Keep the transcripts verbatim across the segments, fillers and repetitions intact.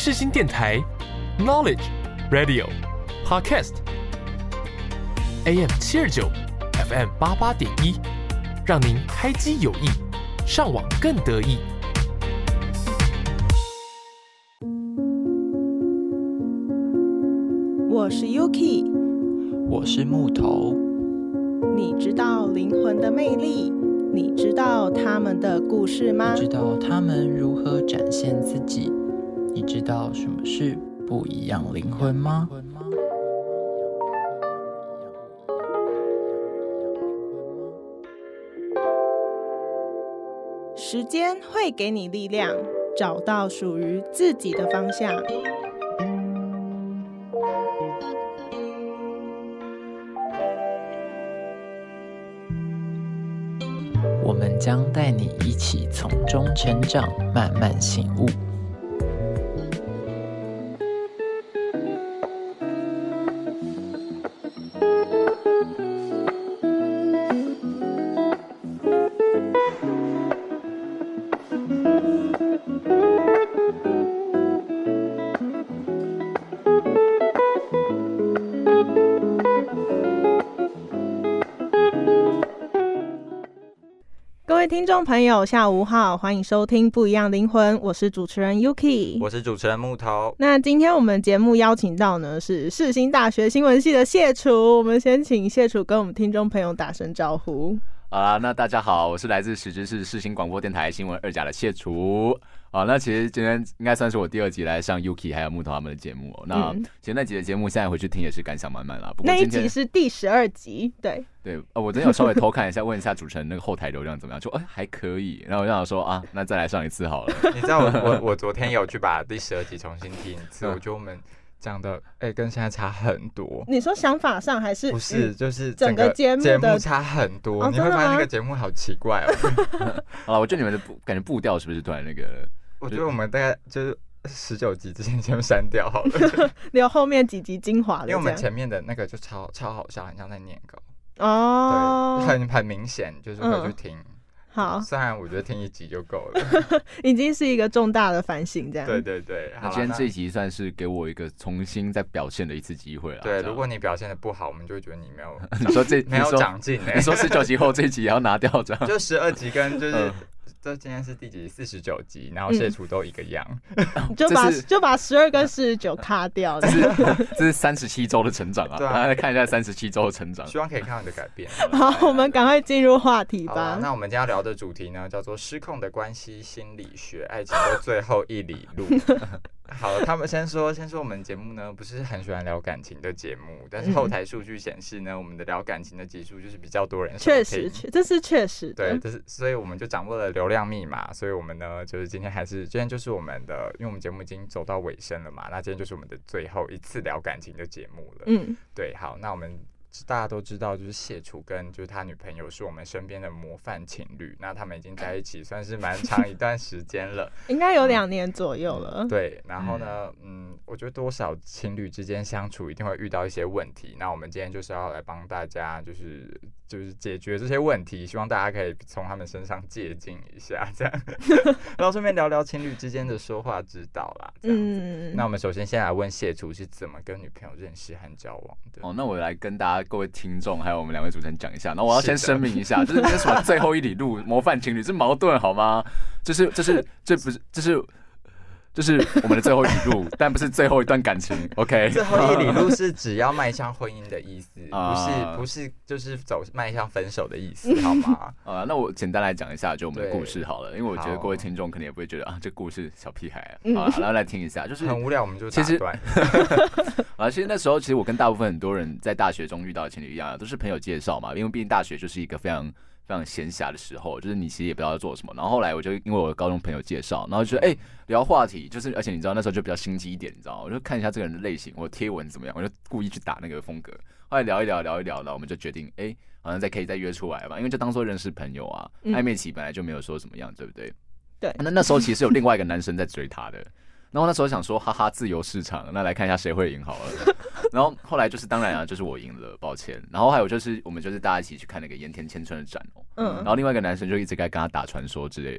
世新电台 Knowledge Radio Podcast A M 七二九 F M 八八点一，让您开机有益，上网更得意。 我是 Yuki， 我是木头。 你知道灵魂的魅力？你知道他们的故事吗？ 你知道他们如何展现自己？你知道什么是不一样灵魂吗？ 时间会给你力量，找到属于自己的方向。 我们将带你一起从中成长，慢慢醒悟。 各位听众朋友下午好，欢迎收听不一样灵魂，我是主持人 Yuki， 我是主持人木头。 那今天我们节目邀请到呢是世新大学新闻系的谢楚，我们先请谢楚跟我们听众朋友打声招呼。 好啦，那大家好，我是来自实质市世新广播电台新闻二甲的谢楚。好，那其实今天应该算是我第二集来上 Yuki 还有木头他们的节目、哦。那、嗯、其实那集的节目现在回去听也是感想满满啦。不过那一集是第十二集，对对、呃，我真的有稍微偷看一下，问一下主持人那个后台流量怎么样，就哎、欸、还可以。然后我就想说啊，那再来上一次好了。 你知道我我我昨天有去把第十二集重新听一次，我觉得我们讲的哎、欸、跟现在差很多。 你说想法上还是不是？就是整个节目的节目差很多，哦、你会发现那个节目好奇怪哦。 好了，我觉得你们的步感觉步调是不是突然那个？ 我觉得我们大概就是十九集之前先删掉好了， 留后面几集精华的， 因为我们前面的那个就超超好笑，很像在念稿哦， 对，很很明显就是会去听。嗯好， 虽然我觉得听一集就够了， 已经是一个重大的反省，这样。 对对对， 那今天这一集算是给我一个重新再表现的一次机会了。 对，如果你表现的不好，我们就会觉得你没有， 你说这没有长进、欸。 你说十九集后这一集也要拿掉，这样就十二集跟就是。嗯这今天是第几集？四十九集，然后谢楚都一个样， 嗯、就把就把十二跟四十九卡掉。 这是这是三十七周的成长啊！大家、啊、看一下三十七周的成长， 希望可以看到你的改变。 好，我们赶快进入话题吧。 那我们今天要聊的主题呢，叫做失控的关系心理学，爱情的最后一里路。好，他们先说，先说我们节目呢不是很喜欢聊感情的节目，但是后台数据显示呢，嗯、我们的聊感情的集数就是比较多人收听， 确实，这是确实的。 对，这是所以我们就掌握了流量密码，所以我们呢就是今天还是今天就是我们的，因为我们节目已经走到尾声了嘛，那今天就是我们的最后一次聊感情的节目了。嗯，对，好，那我们。大家都知道，就是谢楚跟就是他女朋友是我们身边的模范情侣，那他们已经在一起算是蛮长一段时间了， 应该有两年左右了、 嗯。对，然后呢，嗯，我觉得多少情侣之间相处一定会遇到一些问题，那我们今天就是要来帮大家，就是就是解决这些问题，希望大家可以从他们身上借鉴一下，这样，然后顺便聊聊情侣之间的说话之道啦，这样子。嗯、那我们首先先来问谢楚是怎么跟女朋友认识和交往的？ 哦，那我来跟大家。各位听众还有我们两位主持人讲一下，那我要先声明一下，就是那什么最后一里路模范情侣是矛盾好吗？就是就是这不是这是就是我们的最后一里路，但不是最后一段感情。OK， 最后一里路是只要迈向婚姻的意思，不是不是就是走迈向分手的意思，好吗？ 啊，那我简单来讲一下就我们的故事好了，因为我觉得各位听众可能也不会觉得啊，这故事小屁孩啊，嗯、好了，然后来听一下，就是很无聊，我们就打断。 啊，其实那时候其实我跟大部分很多人在大学中遇到的情侣一样，都是朋友介绍嘛，因为毕竟大学就是一个非常。非常闲暇的时候，就是你其实也不知道要做什么。然后后来我就因为我的高中朋友介绍，然后就哎、欸、聊话题，就是而且你知道那时候就比较心机一点，你知道吗？我就看一下这个人的类型，我贴文怎么样，我就故意去打那个风格。后来聊一聊聊一聊，然后我们就决定哎、欸、好像再可以再约出来吧，因为就当做认识朋友啊，暧昧期本来就没有说什么样，对不对？ 对。 那那时候其实有另外一个男生在追她的。然后那时候想说，哈哈，自由市场，那来看一下谁会赢好了。然后后来就是当然啊，就是我赢了，抱歉。然后还有就是我们就是大家一起去看那个盐田千春的展哦、喔，嗯，然后另外一个男生就一直在跟他打传说之类的。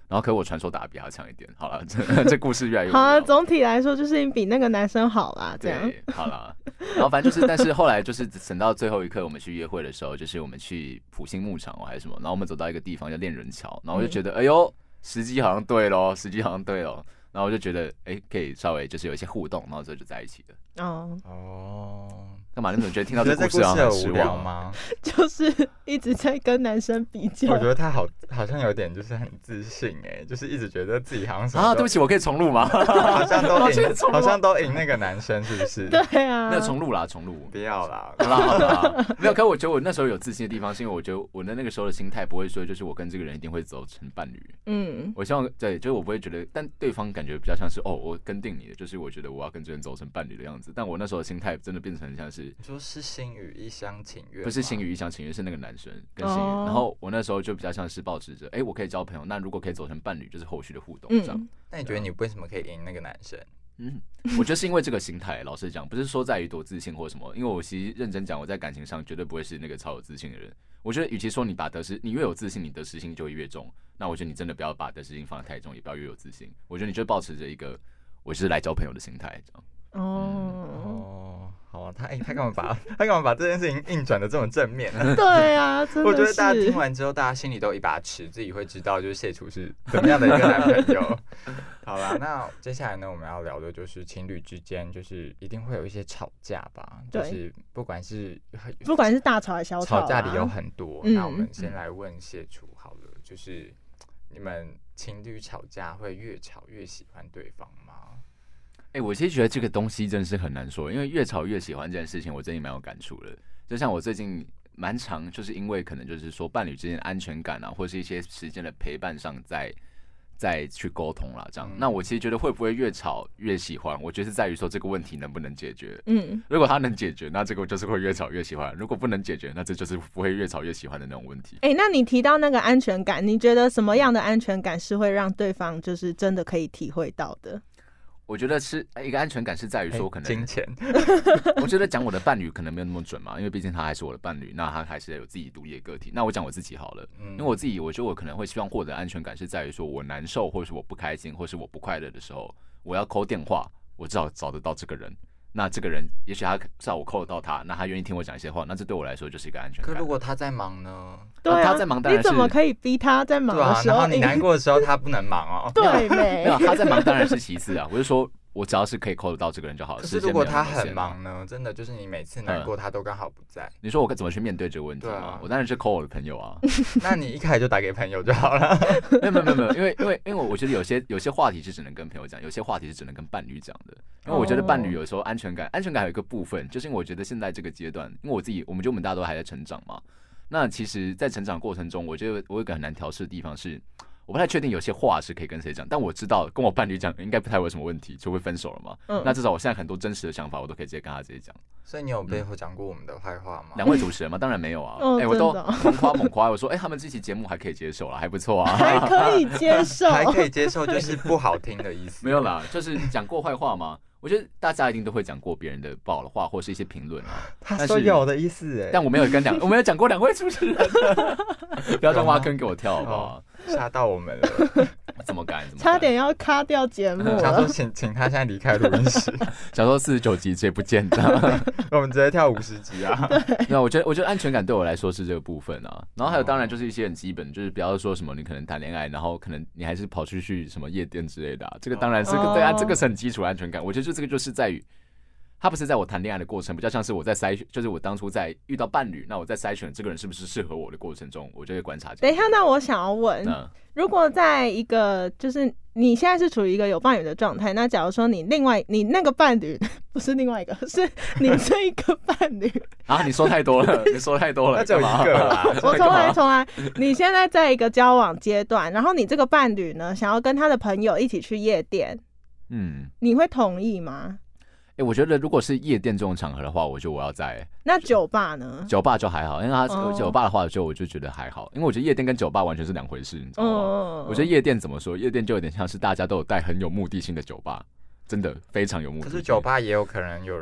然后可我传说打得比他强一点。好了，这这故事越来越好啊，总体来说就是你比那个男生好啦，这样。 对，好了。然后反正就是，但是后来就是等到最后一刻，我们去约会的时候，就是我们去埔心牧场哦还是什么，然后我们走到一个地方叫恋人桥，然后我就觉得，嗯、哎呦，时机好像对咯，时机好像对咯。然后我就觉得，哎，可以稍微就是有一些互动，然后之后就在一起了。 哦哦， 干嘛？你怎么觉得听到这故事好像很失望吗？ 就是一直在跟男生比较。 我觉得他好，好像有点就是很自信哎，就是一直觉得自己好像什么啊，对不起，我可以重录吗？ 好像都赢，好像都赢那个男生，是不是？ 对啊， 没有重录啦，重录， 不要啦， 好啦好啦，没有。可我觉得我那时候有自信的地方，是因为我觉得我的那个时候的心态不会说，就是我跟这个人一定会走成伴侣。嗯，我希望对，就是我不会觉得，但对方感觉比较像是哦，我跟定你的，就是我觉得我要跟这人走成伴侣的样子。但我那时候的心态真的变成像是， 你说是心与一厢情愿， 不是心与一厢情愿，是那个男生跟心与。Oh. 然后我那时候就比较像是抱持着，哎、欸，我可以交朋友，那如果可以走成伴侣，就是后续的互动这样。嗯、 那你觉得你为什么可以赢那个男生？ 嗯，我觉得是因为这个心态。老实讲，不是说在于多自信或什么，因为我其实认真讲，我在感情上绝对不会是那个超有自信的人。我觉得，与其说你把得失，你越有自信，你得失心就会越重。那我觉得你真的不要把得失心放得太重，也不要越有自信。我觉得你就保持着一个我是来交朋友的心态，这样。 哦、 嗯、哦，好啊，他哎、欸，他干嘛把他干嘛把这件事情硬转的这么正面呢？ 对啊，真的是。 我觉得大家听完之后，大家心里都一把尺，自己会知道就是谢楚是怎么样的一个男朋友。好啦，那接下来呢，我们要聊的就是情侣之间，就是一定会有一些吵架吧？就是不管是不管是大吵还是小吵、啊， 吵架理由很多。嗯、那我们先来问谢楚好了，就是你们情侣吵架会越吵越喜欢对方吗？ 哎、欸，我其实觉得这个东西真的是很难说，因为越吵越喜欢这件事情，我最近蛮有感触的。就像我最近蛮常，就是因为可能就是说伴侣之间的安全感啊，或是一些时间的陪伴上再，再再去沟通啦，这样。嗯、那我其实觉得会不会越吵越喜欢，我觉得是在于说这个问题能不能解决。嗯，如果他能解决，那这个就是会越吵越喜欢；如果不能解决，那这就是不会越吵越喜欢的那种问题。 哎、欸，那你提到那个安全感，你觉得什么样的安全感是会让对方就是真的可以体会到的？ 我觉得是一个安全感，是在于说可能金钱。 我觉得讲我的伴侣可能没有那么准嘛，因为毕竟他还是我的伴侣，那他还是有自己独立的个体。那我讲我自己好了，嗯、因为我自己，我觉得我可能会希望获得安全感，是在于说我难受，或是我不开心，或是我不快乐的时候，我要 call 电话，我至少找得到这个人。那这个人，也许他至少我 call 得到他，那他愿意听我讲一些话，那这对我来说就是一个安全感。 可如果他在忙呢？ 对啊， 他在忙当然是。 你怎么可以逼他在忙的时候？ 对啊，然后你难过的时候他不能忙哦。 对没？ 没有，他在忙当然是其次啊。我就说。我只要是可以 call 得到这个人就好了。 可是如果他很忙呢？真的就是你每次难过，他都刚好不在。嗯、 你说我怎么去面对这个问题吗？啊、我当然是 call 我的朋友啊。 那你一开始就打给朋友就好了。 没有没有没有，因为因为因为我觉得有些有些话题是只能跟朋友讲，有些话题是只能跟伴侣讲的。因为我觉得伴侣有时候安全感，安全感有一个部分，就是因为我觉得现在这个阶段，因为我自己，我们觉得我们大家都还在成长嘛。那其实，在成长过程中，我觉得我有一个很难调试的地方是。我不太确定有些话是可以跟谁讲，但我知道跟我伴侣讲应该不太会有什么问题，除非分手了嘛。嗯、那至少我现在很多真实的想法，我都可以直接跟他直接讲。 所以你有背后讲过我们的坏话吗？ 两、嗯、位主持人吗？当然没有啊。哎、哦欸，我都猛夸猛夸，我说哎、欸，他们这期节目还可以接受啦，还不错啊， 还可以接受， 还可以接受，就是不好听的意思。 没有啦，就是讲过坏话吗？我觉得大家一定都会讲过别人的不好的话，或是一些评论啊。 他说有的意思哎， 但我没有跟两，我没有讲过两位主持人，不要再挖坑给我跳好不好？ 吓到我们了， 怎么敢？怎么差点要卡掉节目了。 想说请请他现在离开录音室， 想说四十九集直接不见的， 我们直接跳五十集啊。 那我觉得我觉得安全感对我来说是这个部分啊，然后还有当然就是一些很基本，就是不要说什么你可能谈恋爱，然后可能你还是跑出去什么夜店之类的、啊，这个当然是个、哦、对啊，这个是很基础的安全感。我觉得就这个就是在于。他不是在我谈恋爱的过程，比较像是我在筛选，就是我当初在遇到伴侣，那我在筛选这个人是不是适合我的过程中，我就会观察。 等一下，那我想要问，嗯、如果在一个就是你现在是处于一个有伴侣的状态，那假如说你另外你那个伴侣不是另外一个，是你这一个伴侣啊，你说太多了，你说太多了， 那只有一个啦。 我重来重来，你现在在一个交往阶段，然后你这个伴侣呢，想要跟他的朋友一起去夜店，嗯，你会同意吗？ 哎、欸，我觉得如果是夜店这种场合的话，我觉得我要在。 那酒吧呢？ 酒吧就还好，因为他、oh. 酒吧的话，就我就觉得还好，因为我觉得夜店跟酒吧完全是两回事，你知道吗？ Oh. 我觉得夜店怎么说？夜店就有点像是大家都有带很有目的性的酒吧，真的非常有目的性。 可是酒吧也有可能有人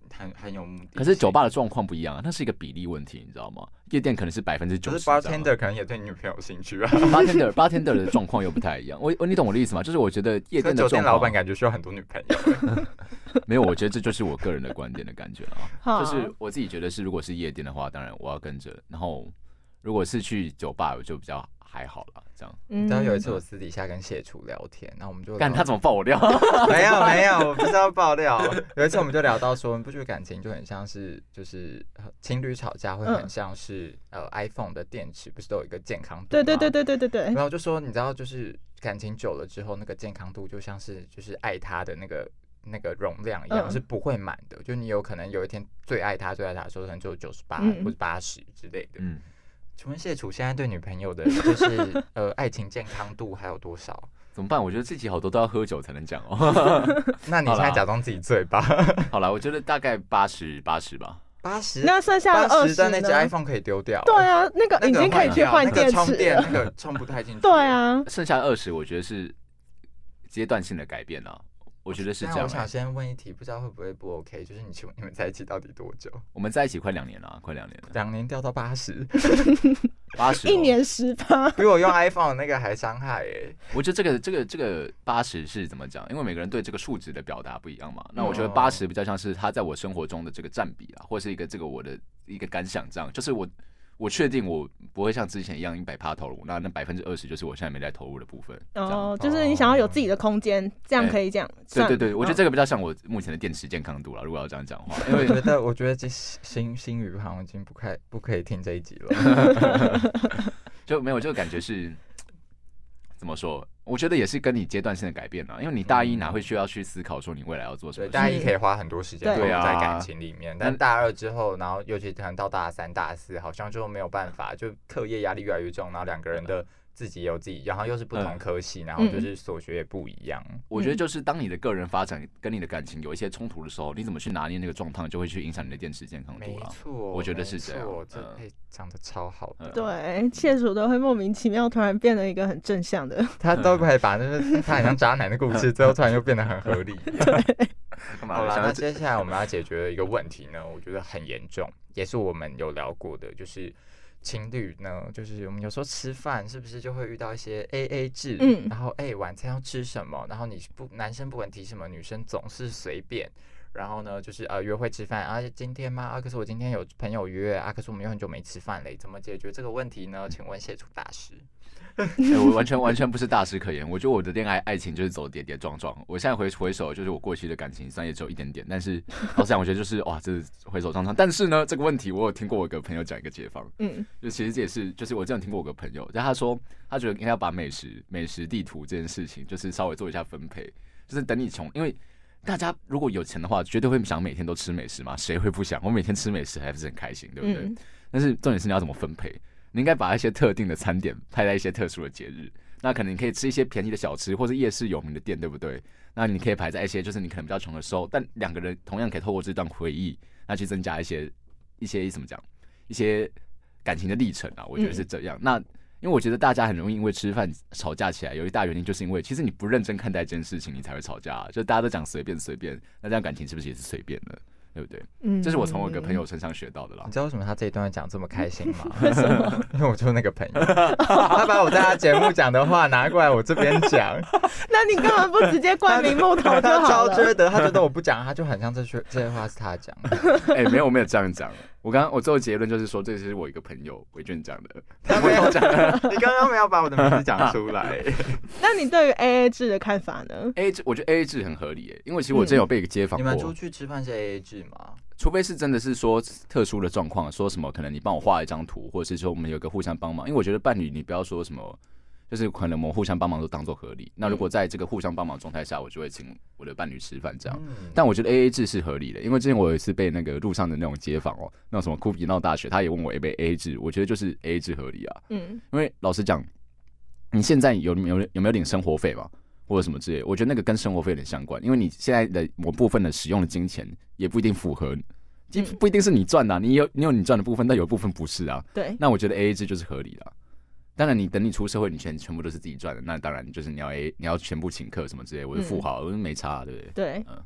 很很有目的。 可是酒吧的状况不一样啊，那是一个比例问题，你知道吗？夜店可能是百分之九十。 可是 bartender 可能也对你女朋友有兴趣啊。 bartender bartender 的状况又不太一样。我我你懂我的意思吗？就是我觉得夜店的状况，酒店老板感觉需要很多女朋友。 没有，我觉得这就是我个人的观点的感觉了。就是我自己觉得是，如果是夜店的话，当然我要跟着。然后如果是去酒吧，我就比较还好了。这样， 嗯， 你知道有一次我私底下跟谢楚聊天，那我们就干他怎么爆我料？ 没有没有，我不是要爆料。有一次我们就聊到说，你不觉得感情就很像是，就是情侣吵架会很像是、嗯、呃 iPhone 的电池不是都有一个健康度吗？ 对对对对对对对。 然后就说你知道，就是感情久了之后，那个健康度就像是就是爱他的那个。那个容量一样、嗯、是不会满的，就你有可能有一天最爱他最爱他的时候，可能只有九十八或者八十之类的。嗯，请问谢楚现在对女朋友的就是呃爱情健康度还有多少？ 怎么办？我觉得这集好多都要喝酒才能讲哦。 那你现在假装自己醉吧。 好了，我觉得大概八十八十吧。 八十， 那剩下的二十的那只 iPhone 可以丢掉。 对啊，那个已经可以去换电池， 那个充电那个充不太进去。 对啊， 剩下二十我觉得是阶段性的改变啊。我觉得是这样、欸。 我想先问一题，不知道会不会不 OK？ 就是你你们在一起到底多久？ 我们在一起快两年了，快两年了。 两年掉到八十， 八十， 一年十趴， 比我用 iPhone 那个还伤害耶、欸。 我觉得这个这个这个八十是怎么讲？因为每个人对这个数值的表达不一样嘛。那我觉得八十比较像是他在我生活中的这个占比啊，或是一个这个我的一个感想，这样就是我。我确定我不会像之前一样一百趴投入，那那百分之二十就是我现在没在投入的部分。 哦，就是你想要有自己的空间，这样可以这样。 对对对，我觉得这个比较像我目前的电池健康度了。如果要这样讲话， 因为我觉得我觉得这新新宇好像已经不可不可以听这一集了， 就没有这个感觉是怎么说？我觉得也是跟你阶段性的改变啊，因为你大一哪会需要去思考说你未来要做什么事？ 对，大一可以花很多时间在感情里面，但大二之后，然后尤其可能到大三、大四，好像就没有办法，就课业压力越来越重，然后两个人的自己有自己，然后又是不同科系，然后就是所学也不一样。 我觉得就是当你的个人发展跟你的感情有一些冲突的时候，你怎么去拿捏那个状态，就会去影响你的电池健康度了。 没错， 我觉得是这样。 这配讲的超好的。 对，谢楚都会莫名其妙突然变得一个很正向的， 他都可以把那个他很像渣男的故事，最后突然又变得很合理。 对。 好了，那接下来我们要解决的一个问题呢，我觉得很严重，也是我们有聊过的，就是情侣呢，就是我们有时候吃饭是不是就会遇到一些 A A 制，嗯，然后哎、欸、晚餐要吃什么，然后你不男生不管提什么，女生总是随便，然后呢就是呃约会吃饭啊，今天吗？啊可是我今天有朋友约啊，可是我们有很久没吃饭嘞，怎么解决这个问题呢？请问谢楚大师。 欸、我完全完全不是大师可言，我觉得我的恋爱爱情就是走跌跌撞撞。我现在回回首，就是我过去的感情上也只有一点点，但是老实讲，我觉得就是哇，这是回首撞撞。但是呢，这个问题我有听过我一个朋友讲一个解方，嗯，就其实这也是，就是我这样听过我个朋友，就他说他觉得应该要把美食美食地图这件事情，就是稍微做一下分配，就是等你穷，因为大家如果有钱的话，绝对会想每天都吃美食嘛，谁会不想？我每天吃美食还不是很开心，对不对？嗯、但是重点是你要怎么分配。你应该把一些特定的餐点派在一些特殊的节日，那可能你可以吃一些便宜的小吃，或是夜市有名的店，对不对？那你可以排在一些就是你可能比较穷的时候，但两个人同样可以透过这段回忆，那去增加一些一些怎么讲，一些感情的历程啊，我觉得是这样。嗯、那因为我觉得大家很容易因为吃饭吵架起来，有一大原因就是因为其实你不认真看待这件事情，你才会吵架、啊。就大家都讲随便随便，那这样感情是不是也是随便的？对不对？嗯，这是我从我一个朋友身上学到的啦。 你知道为什么他这一段会讲这么开心吗？为什么？因为我就是那个朋友，他把我在他节目讲的话拿过来我这边讲。 那你干嘛不直接冠名木头就好了？ 他超觉得，他觉得我不讲，他就很像这些这些话是他讲的。 哎、欸，没有，我没有这样讲。我刚刚我最后结论就是说，这是我一个朋友伟俊讲的。 他没有讲，你刚刚没有把我的名字讲出来。 那你对于 A A 制的看法呢 ？A A 制，我觉得 A A 制很合理耶，因为其实我之前有被一个街访过、 嗯。你们出去吃饭是 A A 制吗？ 除非是真的是说特殊的状况，说什么可能你帮我画一张图，或者是说我们有个互相帮忙。因为我觉得伴侣你不要说什么，就是可能我们互相帮忙都当做合理。那如果在这个互相帮忙状态下，我就会请我的伴侣吃饭这样。嗯、但我觉得 A A 制是合理的，因为之前我有一次被那个路上的那种街访哦，那种什么酷比闹大学，他也问我 A 不 A A 制，我觉得就是 A A 制合理啊。嗯，因为老实讲，你现在有没有有没有领生活费嘛？或者什么之类的，我觉得那个跟生活费有点相关，因为你现在的某部分的使用的金钱也不一定符合，不一定是你赚的、啊，你有你有你赚的部分，但有一部分不是啊。 对， 那我觉得 A A 制就是合理的、啊。当然，你等你出社会，你全全部都是自己赚的，那当然就是你要 A 你要全部请客什么之类的，我是富豪，我是没差、啊，对不对？ 对， 嗯。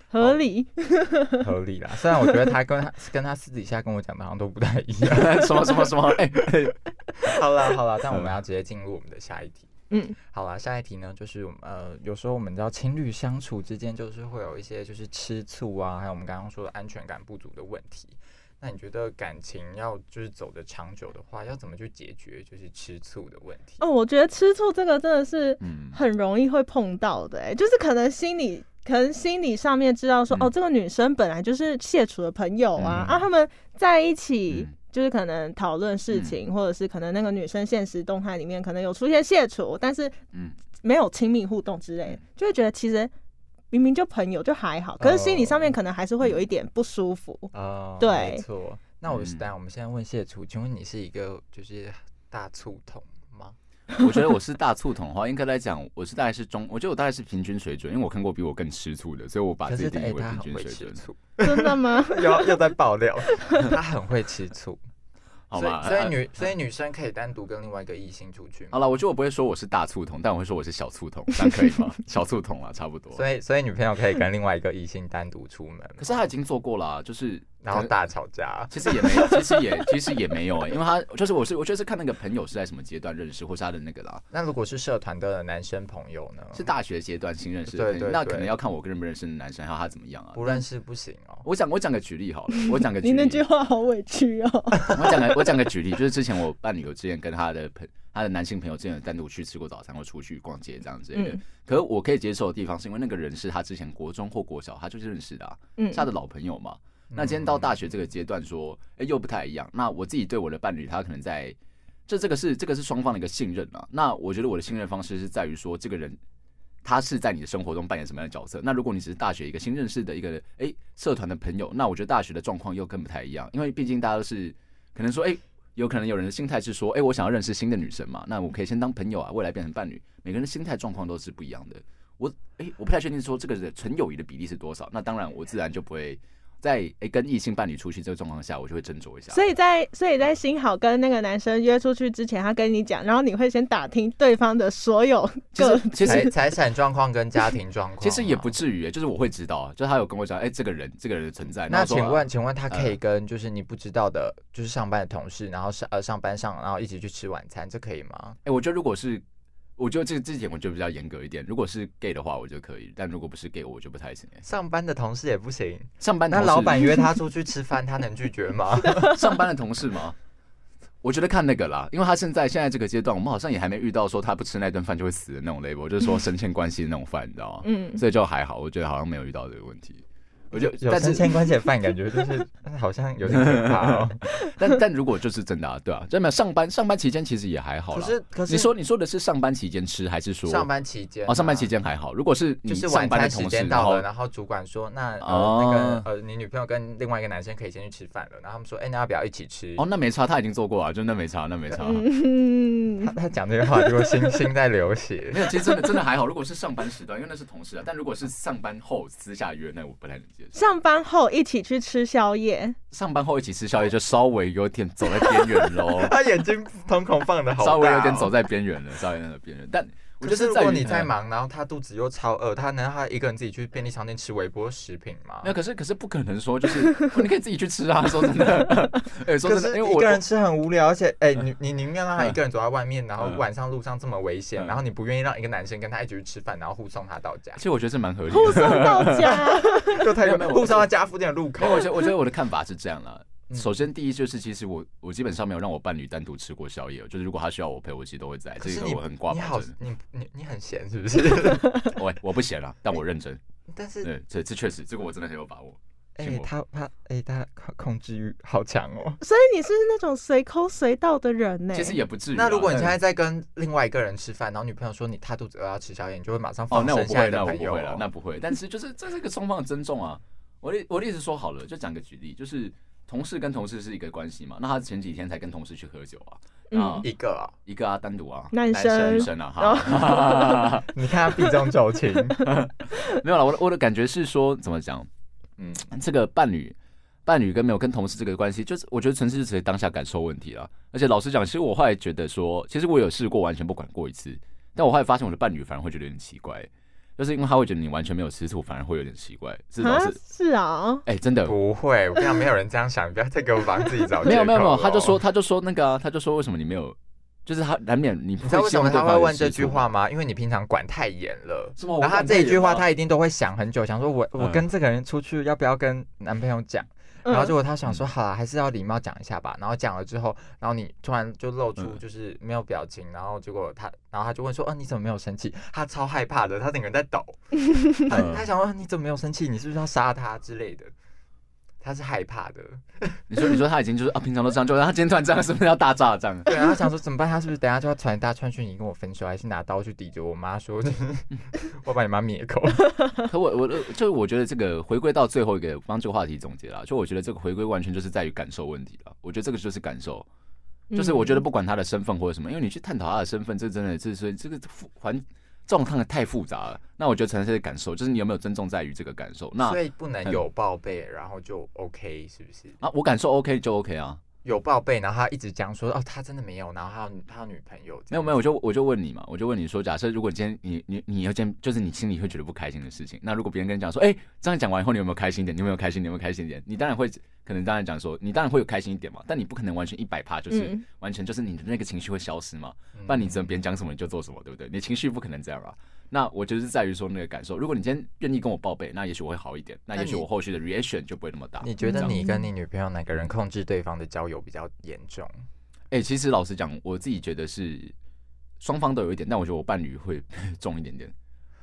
合理， 合理啦。虽然我觉得他跟他跟他私底下跟我讲的好像都不太一样。 什么什么什么？哎、欸， 好了好了，但我们要直接进入我们的下一题。 嗯， 好了，下一题呢，就是呃，有时候我们知道情侣相处之间，就是会有一些就是吃醋啊，还有我们刚刚说的安全感不足的问题。那你觉得感情要就是走得长久的话，要怎么去解决就是吃醋的问题？ 哦，我觉得吃醋这个真的是很容易会碰到的、欸，哎、嗯，就是可能心里可能心理上面知道说，嗯、哦，这个女生本来就是谢楚的朋友啊，嗯、啊，他们在一起。嗯就是可能讨论事情、嗯，或者是可能那个女生现实动态里面可能有出现谢楚，但是没有亲密互动之类的，就会觉得其實明明就朋友就还好，可是心理上面可能还是会有一点不舒服。哦，对， 没错。那我当然，我们现在问谢楚，请问你是一个就是大醋桶吗？ 我觉得我是大醋桶的话，应该来讲，我是大概是中，我觉得我大概是平均水准，因为我看过比我更吃醋的，所以我把自己定义为平均水准。 真的吗？ 又又在爆料，他很会吃醋。好吧，所以所以女所以女生可以单独跟另外一个异性出去吗？ 好了，我觉得我不会说我是大醋桶，但我会说我是小醋桶，这样可以吗？小醋桶啦，差不多。 所以所以女朋友可以跟另外一个异性单独出门， 可是他已经做过了、啊，就是然后大吵架。 其实也没有，其实也其实也没有哎、欸，因为他就是我是我觉得是看那个朋友是在什么阶段认识，或是他的那个啦。 那如果是社团的男生朋友呢？ 是大学阶段新认识的朋友，对对对，那可能要看我认不认识的男生，还有他怎么样啊？ 不认识不行哦。 我讲我讲个举例好了，我讲个举例。 你那句话好委屈哦。 我讲个我讲个举例，就是之前我伴侣有之前跟他的朋他的男性朋友之前有单独去吃过早餐或出去逛街这样之类的、嗯。可是我可以接受的地方是因为那个人是他之前国中或国小他就是认识的、啊，嗯，是他的老朋友嘛。那今天到大学这个阶段说，哎、欸，又不太一样。那我自己对我的伴侣，他可能在这这个是这个是双方的一个信任啊。那我觉得我的信任方式是在于说，这个人他是在你的生活中扮演什么样的角色。那如果你只是大学一个新认识的一个哎、欸、社团的朋友，那我觉得大学的状况又更不太一样，因为毕竟大家都是可能说，哎、欸，有可能有人的心态是说，哎、欸，我想要认识新的女生嘛，那我可以先当朋友啊，未来变成伴侣。每个人的心态状况都是不一样的。我哎、欸，我不太确定说这个的纯友谊的比例是多少。那当然，我自然就不会。在、欸、跟异性伴侣出去这个状况下，我就会斟酌一下。 所以在所以在新好跟那个男生约出去之前，他跟你讲，然后你会先打听对方的所有个其实财产状况跟家庭状况， 其实也不至于，就是我会知道，就是他有跟我讲，哎、欸，这个人这个人的存在。 那请问，请问他可以跟就是你不知道的，就是上班的同事，然后上呃上班上，然后一起去吃晚餐，这可以吗？ 哎、欸，我觉得如果是。我觉得这这点我就比较严格一点。如果是 gay 的话，我就可以；但如果不是 gay， 我就不太行。 上班的同事也不行。 上班同事那老板约他出去吃饭，他能拒绝吗？ 上班的同事吗？我觉得看那个啦，因为他现在现在这个阶段，我们好像也还没遇到说他不吃那顿饭就会死的那种 label， 就是说升迁关系的那种饭，你知道吗？嗯，所以就还好，我觉得好像没有遇到这个问题。我就有升迁关系的饭，感觉就是好像有点可怕哦。 但但如果就是真的啊，对啊，真的上班上班期间其实也还好啦。 可是可是你说你说的是上班期间吃，还是说上班期间？ 哦，上班期间还好。如果是你上班的同事， 就是晚餐时间到了，然后主管说，那呃、哦、那个呃你女朋友跟另外一个男生可以先去吃饭了，然后他们说，哎、欸，那要不要一起吃？ 哦，那没差，他已经做过了，就那没差，那没差。 嗯、 他他讲这个话，结果心心在流血。 没有，其实真的真的还好。如果是上班时段，因为那是同事啊，但如果是上班后私下约，那我不太能接受。 上班后一起去吃宵夜， 上班后一起吃宵夜就稍微有点走在边缘喽。 他眼睛瞳孔放的好大、哦， 稍微有点走在边缘了，稍微那个边缘。但我就是如果你在忙，然后他肚子又超饿，他能让他一个人自己去便利商店吃微波食品吗？ 没有，可是可是不可能说就是你可以自己去吃啊。说真的，哎、欸，说真的，因为一个人吃很无聊，而且哎、欸，你你宁愿让他一个人走在外面，然后晚上路上这么危险、嗯，然后你不愿意让一个男生跟他一起去吃饭，然后护送他到家。 其实我觉得这蛮合理的， 护送到家， 就太护送到家附近的路口。 我觉得我觉得我的看法是这样啦。首先，第一就是，其实我我基本上没有让我伴侣单独吃过宵夜，就是如果他需要我陪，我其实都会在。这个我很挂保证。 你你你很闲是不是？ 我我不闲啦，但我认真。 但是对，这这确实，这个我真的很有把握。 哎、欸，他他哎、欸，他控制欲好强哦。 所以你是那种随抠随到的人呢？ 其实也不至于。 那如果你现在在跟另外一个人吃饭，然后女朋友说你他肚子饿要吃宵夜，你就会马上放生下来的朋友、哦。 哦，那我不会了，那不会。但是就是这是一个双方的尊重啊。我的我的意思说好了，就讲个举例，就是同事跟同事是一个关系嘛。那他前几天才跟同事去喝酒啊。 嗯， 一个啊， 一个啊，单独啊， 男生女生啊，哈， 你看他避重就轻， 没有了。我的我的感觉是说，怎么讲？嗯，这个伴侣伴侣跟没有跟同事这个关系，就是我觉得纯粹是只是当下感受问题啦。而且老实讲，其实我后来觉得说，其实我有试过完全不管过一次，但我后来发现我的伴侣反而会觉得有点奇怪。 就是因为他会觉得你完全没有吃醋，反而会有点奇怪。是老师是啊， 哎、欸，真的不会，我跟你讲，没有人这样想，你不要再给我帮自己找借口。 没有没有没有，他就说他就说那个、啊，他就说为什么你没有，就是他难免你不会。 你知道为什么他会问这句话吗？因为你平常管太严了。然后他这一句话他一定都会想很久，想说我我跟这个人出去要不要跟男朋友讲？然后结果他想说好啦，还是要礼貌讲一下吧。然后讲了之后，然后你突然就露出就是没有表情，然后结果他，然后他就问说：“哦、啊，你怎么没有生气？”他超害怕的，他整个人在抖。他他想说：“你怎么没有生气？你是不是要杀他之类的？”他是害怕的。 你说你说他已经就是啊，平常都这样，就他今天突然这样，是不是要大炸这样？ 对啊，他想说怎么办？他是不是等一下就要传一大串讯息跟我分手，还是拿刀去抵着我妈说，我把你妈灭口？ 可我我就我觉得这个回归到最后一个帮这个话题总结啦，就我觉得这个回归完全就是在于感受问题了。我觉得这个就是感受，就是我觉得不管他的身份或者什么，因为你去探讨他的身份，这真的是这个环状况太复杂了。那我觉得纯粹是感受，就是你有没有尊重在于这个感受。那所以不能有报备，然后就 OK， 是不是？ 啊，我感受 OK 就 OK 啊。 有报备，然后他一直讲说哦，他真的没有，然后他有他有女朋友。 没有没有，我就我就问你嘛，我就问你说，假设如果今天你你你有件就是你心里会觉得不开心的事情，那如果别人跟你讲说，哎、欸，这样讲完以后你有没有开心一点？你有没有开心？你有没有开心一点？你当然会可能当然讲说，你当然会有开心一点嘛，但你不可能完全一百趴，就是、嗯、完全就是你的那个情绪会消失嘛，不然你只能别人讲什么你就做什么，对不对？你情绪不可能这样啊。那我觉得是在于说那个感受，如果你今天愿意跟我报备，那也许我会好一点，那也许我后续的 reaction 就不会那么大。 你觉得你跟你女朋友哪个人控制对方的交友比较严重？ 哎、欸，其实老实讲，我自己觉得是双方都有一点，但我觉得我伴侣会重一点点。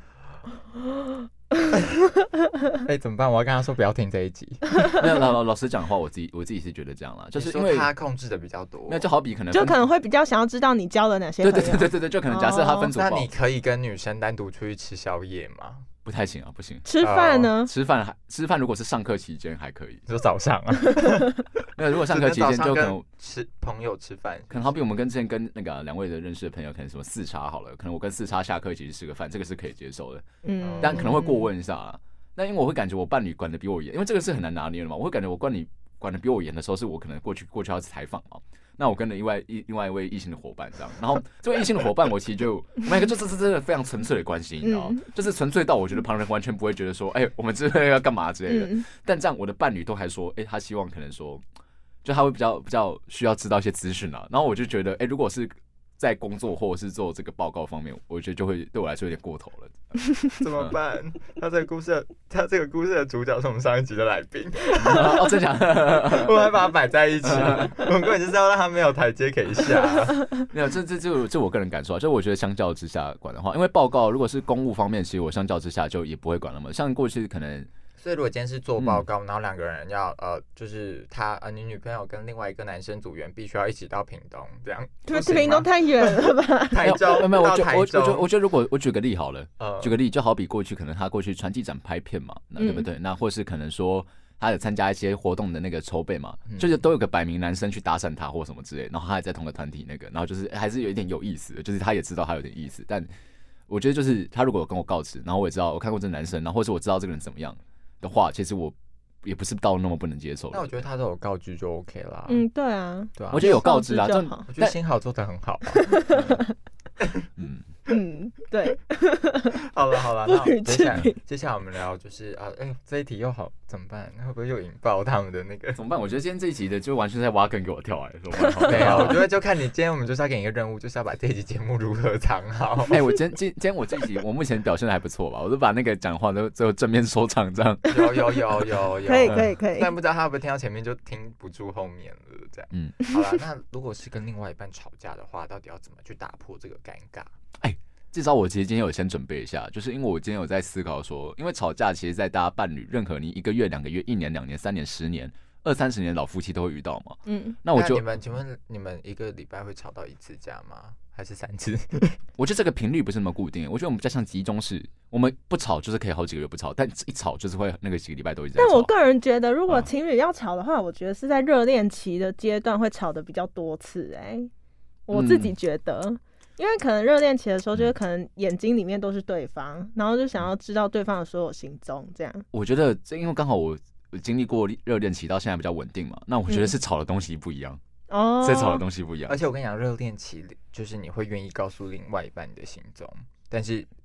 哎、欸，怎么办？我要跟他说不要听这一集。 没有，老老实讲的话，我自己我自己是觉得这样啦，就是因为他控制的比较多。 那就好比可能就可能会比较想要知道你交了哪些朋友。 对对对对对，就可能假设他分组、哦， 那你可以跟女生单独出去吃宵夜吗？ 不太行啊，不行。 吃饭呢？ 呃、吃饭还吃饭，如果是上课期间还可以， 就早上啊。 没有，如果上课期间就可能吃朋友吃饭， 可能好比我们跟之前跟那个两位的认识的朋友，可能什么四叉好了，可能我跟四叉下课一起去吃个饭，这个是可以接受的。嗯，但可能会过问一下啊。那因为我会感觉我伴侣管的比我严，因为这个是很难拿捏的嘛。我会感觉我管你管的比我严的时候，是我可能过去过去要采访嘛。那我跟了另外一另外一位异性的伙伴这样，然后这位异性的伙伴，我其实就我们两个就这是真的非常纯粹的关系，你知道吗？就是纯粹到我觉得旁人完全不会觉得说，哎、欸，我们之后要干嘛之类的。嗯、但这样我的伴侣都还说，哎、欸，他希望可能说，就他会比较比较需要知道一些资讯啊。然后我就觉得，哎、欸，如果是在工作或者是做这个报告方面，我觉得就会对我来说有点过头了。 怎么办？他这个故事，他这个故事的主角是我们上一集的来宾。 哦，真假的？ 我还把它摆在一起，我们根本就是要让他没有台阶可以下。 没有，这这这这我个人感受啊，就我觉得相较之下管的话，因为报告如果是公务方面，其实我相较之下就也不会管那么像过去可能。 所以如果今天是做报告，嗯、然后两个人要呃，就是他呃，你女朋友跟另外一个男生组员必须要一起到屏东，这样。 对，屏东太远了吧？ 台中， 没有，我觉我我觉得我觉得如果我举个例好了， 呃、 举个例就好比过去可能他过去传记展拍片嘛，那对不对？嗯、那或是可能说他有参加一些活动的那个筹备嘛，嗯、就是都有个百名男生去搭讪他或什么之类，然后他也在同个团体那个，然后就是还是有一点有意思的，就是他也知道他有点意思，但我觉得就是他如果有跟我告知，然后我也知道我看过这个男生，然后或是我知道这个人怎么样。的话，其实我也不是到那么不能接受。 那我觉得他都有告知就 OK 啦。 嗯，对啊， 对啊， 我觉得有告知啊， 就我觉得新好做得很好、啊。 嗯嗯，对。 好了好了，那接下来接下来我们聊就是啊，哎、欸，这一题又好怎么办？会不会又引爆他们的那个？ 怎么办？我觉得今天这一集的就完全在挖坑给我跳来，怎么办？ 对啊，我觉得就看你今天我们就是要给你一个任务，就是要把这一集节目如何藏好。 哎、欸，我今天今今天我这一集我目前表现的还不错吧？我都把那个讲话都最后正面收场这样。 有有有有有， 可以可以可以。 但不知道他会不会听到前面就听不住后面了这样。嗯，好了，那如果是跟另外一半吵架的话，到底要怎么去打破这个尴尬？ 哎、欸。至少我其实今天有先准备一下，就是因为我今天有在思考说，因为吵架其实在大家伴侣任何你一个月、两个月、一年、两年、三年、十年、二三十年老夫妻都会遇到嘛。嗯，那我就那你们请问你们一个礼拜会吵到一次架吗？还是三次？ 我觉得这个频率不是那么固定，我觉得我们比较像集中式，我们不吵就是可以好几个月不吵，但一吵就是会那个几个礼拜都一直在吵。 但我个人觉得，如果情侣要吵的话，我觉得是在热恋期的阶段会吵的比较多次、欸。哎，我自己觉得。嗯，因为可能热恋期的时候，就是可能眼睛里面都是对方，然后就想要知道对方的所有行踪，这样。 我觉得这因为刚好我经历过热恋期到现在比较稳定嘛，那我觉得是吵的东西不一样哦，嗯、是吵的东西不一样。 而且我跟你讲，热恋期就是你会愿意告诉另外一半你的行踪，但是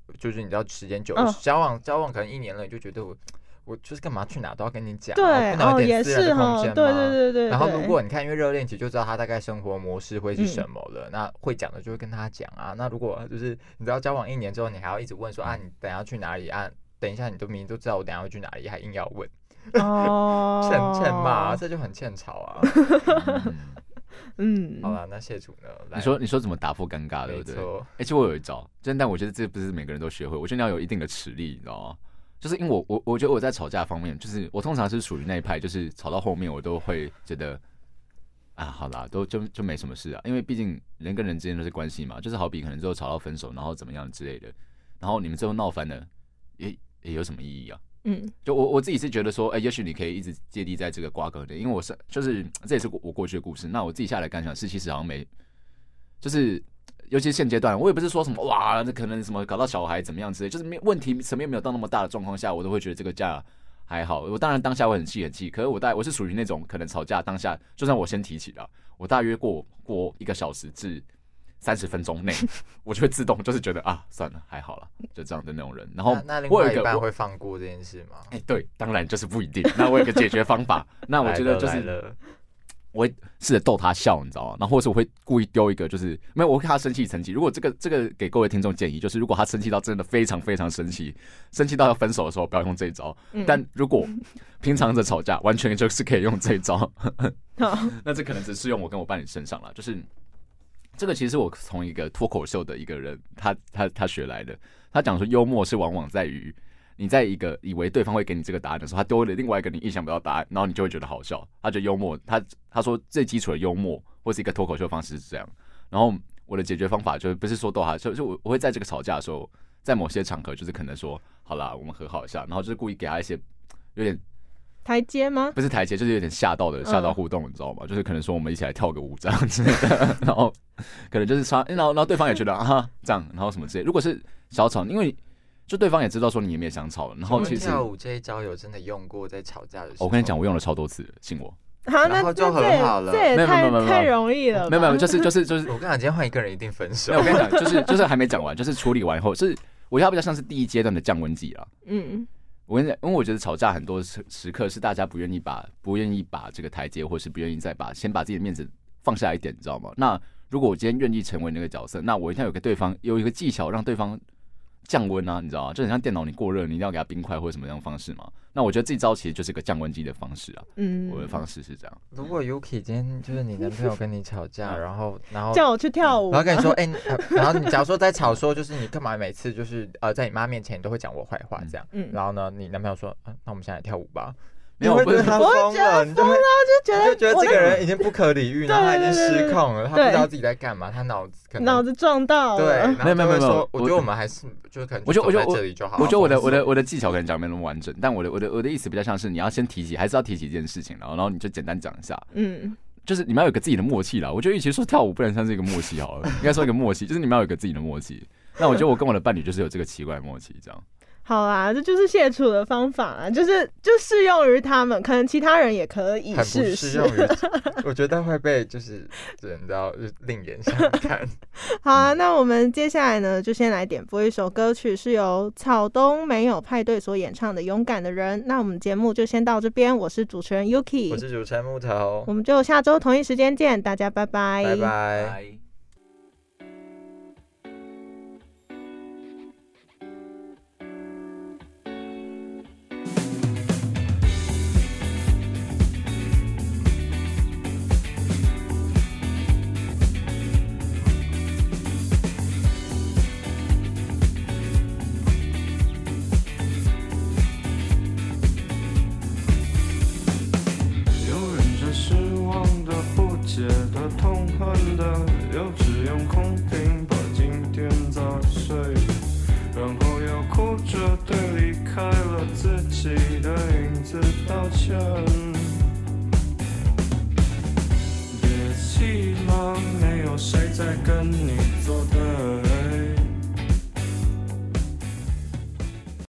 就是你知道时间久， 哦交往交往可能一年了，你就觉得我我就是干嘛去哪都要跟你讲， 对， 不能有哦，也点私人是哈， 的空间吗？ 对对对对。 然后如对果你看，因为热恋期就知道他大概生活模式会是什么了，嗯、那会讲的就会跟他讲啊。那如果就是你知道交往一年之后，你还要一直问说啊，你等一下去哪里啊？等一下你都明明都知道我等一下会去哪里，还硬要问， 哦， 欠欠骂，这就很欠吵啊。 嗯， 好了，那谢楚呢？ 你说你说怎么打破尴尬，对不对？哎、欸，其实我有一招，真但我觉得这不是每个人都学会，我觉得你要有一定的实力，你知道吗？就是因为我我我觉得我在吵架方面，就是我通常是属于那一派，就是吵到后面我都会觉得啊，好啦，都就就没什么事啊，因为毕竟人跟人之间都是关系嘛，就是好比可能最后吵到分手，然后怎么样之类的，然后你们最后闹翻了，也也有什么意义啊？嗯，就我我自己是觉得说，哎、欸，也许你可以一直芥蒂在这个瓜葛里，因为我是就是这也是我过去的故事。那我自己下来感想是，其实好像没，就是尤其是现阶段，我也不是说什么哇，那可能什么搞到小孩怎么样之类，就是没问题层面没有到那么大的状况下，我都会觉得这个架还好。我当然当下会很气很气，可是我大我是属于那种可能吵架当下，就算我先提起了，我大约过过一个小时至三十分钟内，我就会自动就是觉得啊，算了，还好了，就这样的那种人。然后那另外一半会放过这件事吗？ 哎、欸，对，当然就是不一定。那我有个解决方法，那我觉得就是我会试着逗他笑，你知道吗？然后或是我会故意丢一个，就是没有，我会看他生气成绩。如果这个这个给各位听众建议，就是如果他生气到真的非常非常生气，生气到要分手的时候，不要用这一招。嗯、但如果平常的吵架，完全就是可以用这一招。那这可能只适用我跟我伴侣身上了，就是。这个其实是我从一个脱口秀的一个人，他他他学来的。他讲说，幽默是往往在于你在一个以为对方会给你这个答案的时候，他丢了另外一个你意想不到答案，然后你就会觉得好笑。他觉得幽默，他他说最基础的幽默或是一个脱口秀方式是这样。然后我的解决方法就是不是说逗他，就就我我会在这个吵架的时候，在某些场合就是可能说好啦，我们和好一下，然后就是故意给他一些有点。 台阶吗？ 不是台阶，就是有点吓到的吓到互动，你知道吗？就是可能说我们一起来跳个舞这样之类的，然后可能就是说，然后然后对方也觉得啊这样，然后什么之类。如果是小吵，因为就对方也知道说你也没想吵了，然后其实跳舞这一招有真的用过在吵架的时候。 我跟你讲，我用了超多次，信我。 好，那然后就和好了。 这也太太容易了。 没有没有，就是就是就是， 我跟你讲，今天换一个人一定分手。 没有，我跟你讲，就是就是还没讲完，就是处理完后，是我要比较像是第一阶段的降温剂啦。嗯。我跟你讲，因为我觉得吵架很多时刻是大家不愿意把不愿意把这个台阶，或是不愿意再把先把自己的面子放下一点，你知道吗？那如果我今天愿意成为那个角色，那我一定要有个对方有一个技巧让对方降温啊，你知道吗？就很像电脑你过热，你一定要给他冰块或者什么样的方式嘛。那我觉得这招其实就是个降温机的方式啊。嗯，我的方式是这样。 如果 Yuki 今天就是你男朋友跟你吵架，然后然后叫我去跳舞， 然后跟你说，哎、欸，然后你假如说在吵说，就是你干嘛每次就是呃在你妈面前你都会讲我坏话这样，嗯，然后呢，你男朋友说，啊，那我们现在来跳舞吧。 没有，不是他疯了，你就会就觉得就觉得这个人已经不可理喻，然后他已经失控了，他不知道自己在干嘛，他脑子可能脑子撞到了。 对， 没有没有没有， 我觉得我们还是就是可能我觉得我觉得在这里就好。 我觉得我的我的我的技巧可能讲没那么完整，但我的我的我的意思比较像是你要先提起，还是要提起一件事情，然后然后你就简单讲一下，嗯，就是你们要有个自己的默契啦。我觉得与其说跳舞不能算是一个默契好了，应该说一个默契，就是你们要有个自己的默契。那我觉得我跟我的伴侣就是有这个奇怪的默契，这样。 好啦，这就是卸除的方法啦，就是就适用于他们，可能其他人也可以试试。 很不适用于，我觉得会被就是你知道另眼相看。 好啊，那我们接下来呢，就先来点播一首歌曲，是由草东没有派对所演唱的《勇敢的人》。那我们节目就先到这边，我是主持人 Yuki， 我是主持人木头， 我们就下周同一时间见，大家拜拜， 拜拜。 对离开了自己的影子道歉。